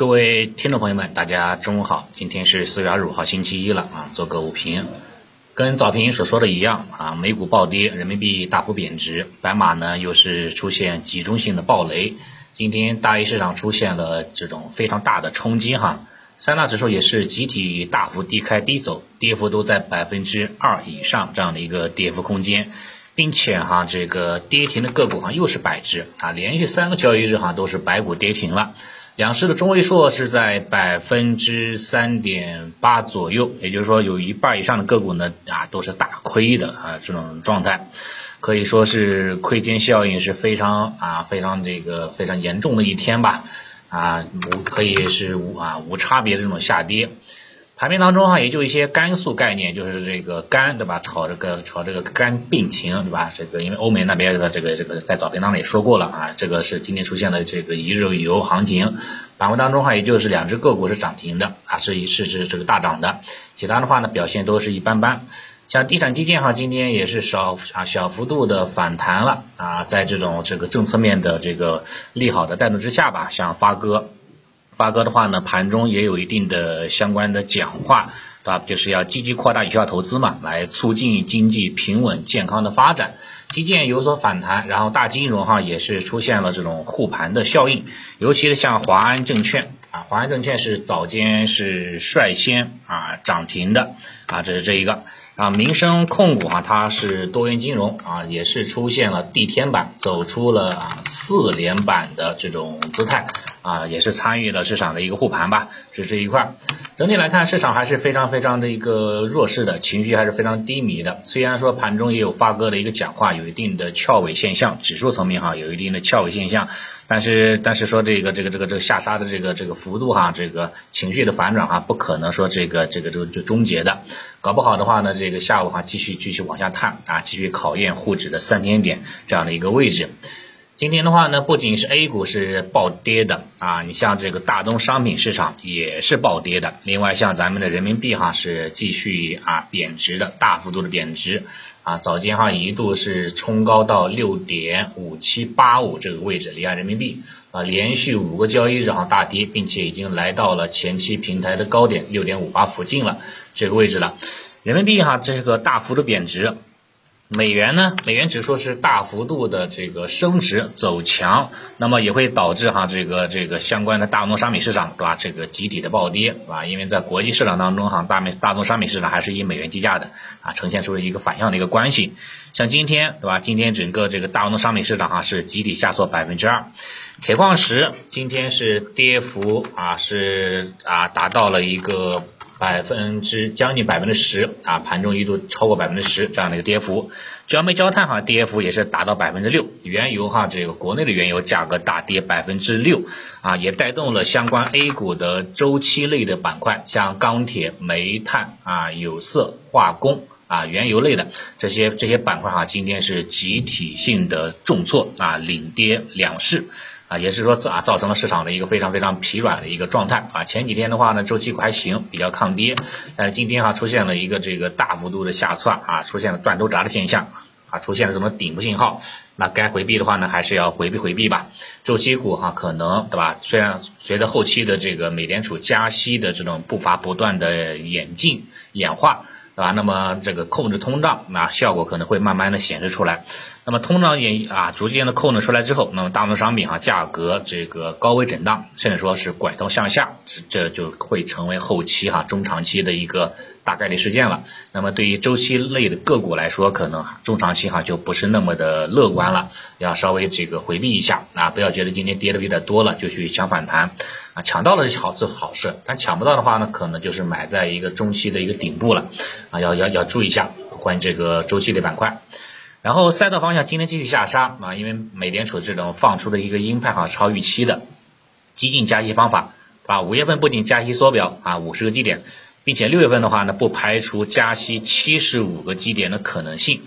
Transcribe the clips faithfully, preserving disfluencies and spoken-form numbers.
各位听众朋友们，大家中午好，今天是四月二十五号星期一了啊，做个午评。跟早评所说的一样啊，美股暴跌，人民币大幅贬值，白马呢又是出现集中性的暴雷，今天大 A 市场出现了这种非常大的冲击哈，三大指数也是集体大幅低开低走，跌幅都在百分之二以上这样的一个跌幅空间。并且哈，这个跌停的个股哈又是百只啊，连续三个交易日哈都是白股跌停了，两市的中位数是在百分之三点八左右，也就是说有一半以上的个股呢啊都是大亏的啊这种状态，可以说是亏天效应是非常啊非常这个非常严重的一天吧啊，无可以是无啊无差别的这种下跌。盘面当中哈，也就一些肝素概念，就是这个肝对吧，炒这个炒这个肝病情对吧？这个因为欧美那边的这个这个在早评当中也说过了啊，这个是今天出现了这个一日游行情，板块当中哈，也就是两只个股是涨停的啊，是是是这个大涨的，其他的话呢表现都是一般般。像地产基建哈，今天也是少啊小幅度的反弹了啊，在这种这个政策面的这个利好的带动之下吧，像发哥。发哥的话呢，盘中也有一定的相关的讲话，对吧？就是要积极扩大有效投资嘛，来促进经济平稳健康的发展。基建有所反弹，然后大金融哈也是出现了这种护盘的效应，尤其是像华安证券啊，华安证券是早间是率先啊涨停的啊，这是这一个。啊，民生控股哈，它是多元金融啊，也是出现了地天板，走出了啊四连板的这种姿态啊，也是参与了市场的一个护盘吧，是这一块。整体来看，市场还是非常非常的一个弱势的，情绪还是非常低迷的。虽然说盘中也有发哥的一个讲话，有一定的翘尾现象，指数层面哈有一定的翘尾现象，但是但是说这个这个这个这个下杀的这个这个幅度哈，这个情绪的反转哈，不可能说这个这个这个就终结的，搞不好的话呢，这个下午哈继续继续往下探啊，继续考验沪指的三千点这样的一个位置。今天的话呢，不仅是 A 股是暴跌的啊，你像这个大宗商品市场也是暴跌的。另外像咱们的人民币哈是继续啊贬值的，大幅度的贬值啊，早间哈一度是冲高到 六点五七八五 这个位置离岸人民币啊，连续五个交易日哈大跌，并且已经来到了前期平台的高点 六点五八 附近了这个位置了。人民币哈这个大幅的贬值。美元呢，美元指数是大幅度的这个升值走强，那么也会导致哈这个这个相关的大宗商品市场对吧，这个集体的暴跌对吧？因为在国际市场当中哈，大美大宗商品市场还是以美元计价的啊，呈现出了一个反向的一个关系。像今天对吧，今天整个这个大宗商品市场哈是集体下挫百分之二，铁矿石今天是跌幅啊是啊达到了一个。百分之将近百分之十啊，盘中一度超过百分之十这样的一个跌幅，焦煤焦炭哈跌幅也是达到百分之六，原油哈这个国内的原油价格大跌百分之六啊，也带动了相关 A 股的周期类的板块，像钢铁、煤炭啊、有色、化工啊、原油类的这些这些板块哈，今天是集体性的重挫啊，领跌两市。啊，也是说啊，造成了市场的一个非常非常疲软的一个状态啊。前几天的话呢，周期股还行，比较抗跌，但是今天哈出现了一个这个大幅度的下挫啊，出现了断头闸的现象啊，出现了什么顶部信号，那该回避的话呢，还是要回避回避吧。周期股哈可能对吧？虽然随着后期的这个美联储加息的这种步伐不断的演进演化。对吧？那么这个控制通胀，那效果可能会慢慢的显示出来。那么通胀也啊逐渐的控制出来之后，那么大宗商品哈价格这个高位震荡，甚至说是拐头向下，这就会成为后期哈中长期的一个大概率事件了。那么对于周期类的个股来说，可能中长期哈就不是那么的乐观了，要稍微这个回避一下啊，不要觉得今天跌的有点多了就去抢反弹啊，抢到了是好是好事，但抢不到的话呢，可能就是买在一个中期的一个顶部了啊，要要要注意一下关于这个周期类板块。然后赛道方向今天继续下杀啊，因为美联储这种放出的一个鹰派哈超预期的激进加息方法啊，五月份不仅加息缩表啊五十个基点，并且六月份的话呢不排除加息七十五个基点的可能性。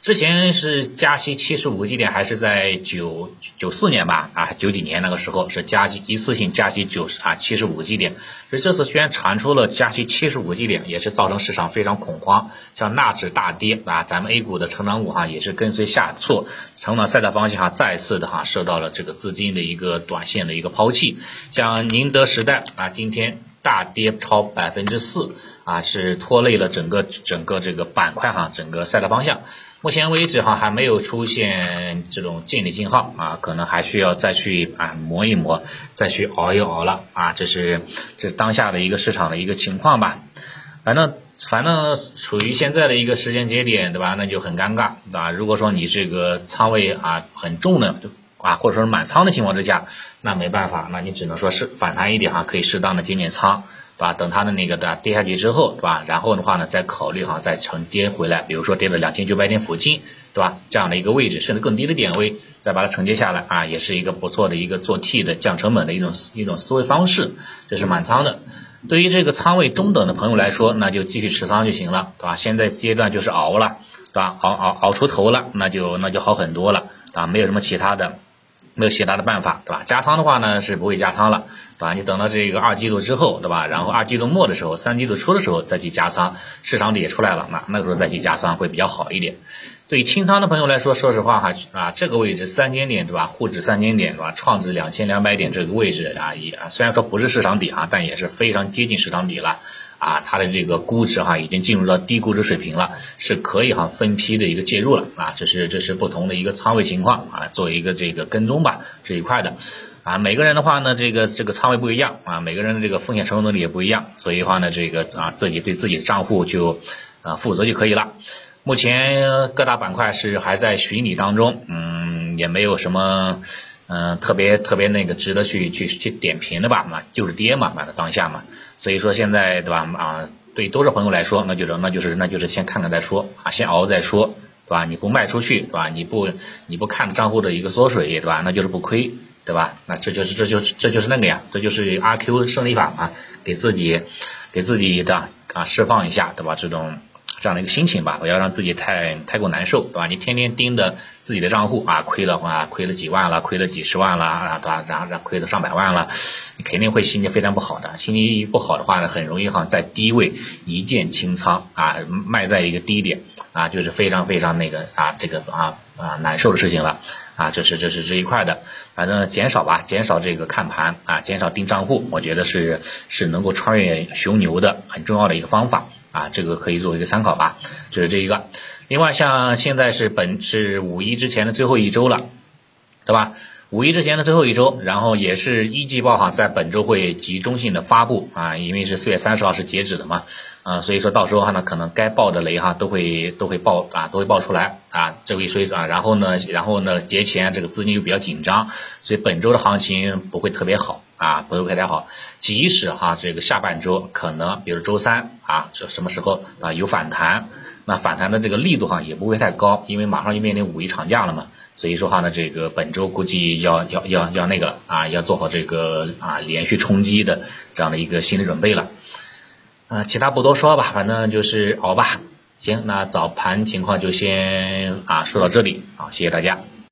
之前是加息七十五个基点，还是在九九四年吧，啊九几年那个时候是加息一次性加息九十啊七十五个基点，所以这次虽然传出了加息七十五个基点，也是造成市场非常恐慌，像纳指大跌啊，咱们 A 股的成长股哈也是跟随下挫，成长赛道方向哈再次的哈受到了这个资金的一个短线的一个抛弃，像宁德时代啊今天大跌超百分之四啊，是拖累了整个整个这个板块哈，整个赛道方向。目前为止哈还没有出现这种见底信号啊，可能还需要再去啊磨一磨，再去熬一熬了啊，这是这是当下的一个市场的一个情况吧。反正反正处于现在的一个时间节点，对吧？那就很尴尬，对吧？如果说你这个仓位啊很重的啊，或者说是满仓的情况之下，那没办法，那你只能说是反弹一点哈，可以适当的减减仓。对吧？等它的那个的跌下去之后，对吧？然后的话呢，再考虑哈，再承接回来，比如说跌到两千九百点附近，对吧？这样的一个位置，甚至更低的点位，再把它承接下来啊，也是一个不错的一个做 T 的降成本的一种一种思维方式，这是满仓的。对于这个仓位中等的朋友来说，那就继续持仓就行了，对吧？现在阶段就是熬了，对吧？熬熬熬出头了，那就那就好很多了，啊，没有什么其他的。没有其他的办法，对吧？加仓的话呢是不会加仓了，对吧？你等到这个二季度之后，对吧？然后二季度末的时候，三季度初的时候再去加仓，市场底也出来了，那那个时候再去加仓会比较好一点。对于清仓的朋友来说，说实话哈啊，这个位置三千点，对吧？沪指三千点，对吧？创指两千两百点这个位置啊，也虽然说不是市场底啊，但也是非常接近市场底了。啊，它的这个估值哈已经进入到低估值水平了，是可以哈分批的一个介入了啊，这是这是不同的一个仓位情况啊，作为一个这个跟踪吧这一块的啊，每个人的话呢，这个这个仓位不一样啊，每个人的这个风险承受能力也不一样，所以的话呢，这个啊自己对自己的账户就啊负责就可以了。目前各大板块是还在寻底当中，嗯，也没有什么。嗯、呃，特别特别那个值得去去去点评的吧，嘛就是跌嘛，反正当下嘛，所以说现在对吧啊，对多数朋友来说，那就是那就是那就是先看看再说啊，先熬再说，对吧？你不卖出去，对吧？你不你不看账户的一个缩水，对吧？那就是不亏，对吧？那这就是这就是这就是那个呀，这就是阿 Q 胜利法嘛，给自己给自己的啊释放一下，对吧？这种。这样的一个心情吧，不要让自己太太过难受，对吧？你天天盯着自己的账户啊，亏了话，亏了几万了，亏了几十万了啊，对吧？然后然后亏了上百万了，你肯定会心情非常不好的。心情一不好的话呢，很容易哈在低位一键清仓啊，卖在一个低点啊，就是非常非常那个啊这个啊啊难受的事情了啊，这是这是这一块的，反正减少吧，减少这个看盘啊，减少盯账户，我觉得是是能够穿越熊牛的很重要的一个方法。啊，这个可以作为一个参考吧，就是这一个。另外，像现在是本是五一之前的最后一周了，对吧？五一之前的最后一周，然后也是一季报哈，在本周会集中性的发布啊，因为是四月三十号是截止的嘛，啊，所以说到时候哈呢，可能该爆的雷哈都会都会爆啊，都会爆出来啊，这位所以啊，然后呢，然后呢，节前这个资金又比较紧张，所以本周的行情不会特别好。啊，不会太好。即使哈这个下半周可能，比如周三啊，这什么时候啊有反弹，那反弹的这个力度哈也不会太高，因为马上就面临五一长假了嘛。所以说哈呢，这个本周估计要要要要那个了啊，要做好这个啊连续冲击的这样的一个心理准备了。啊，其他不多说吧，反正就是熬吧。行，那早盘情况就先啊说到这里啊，谢谢大家。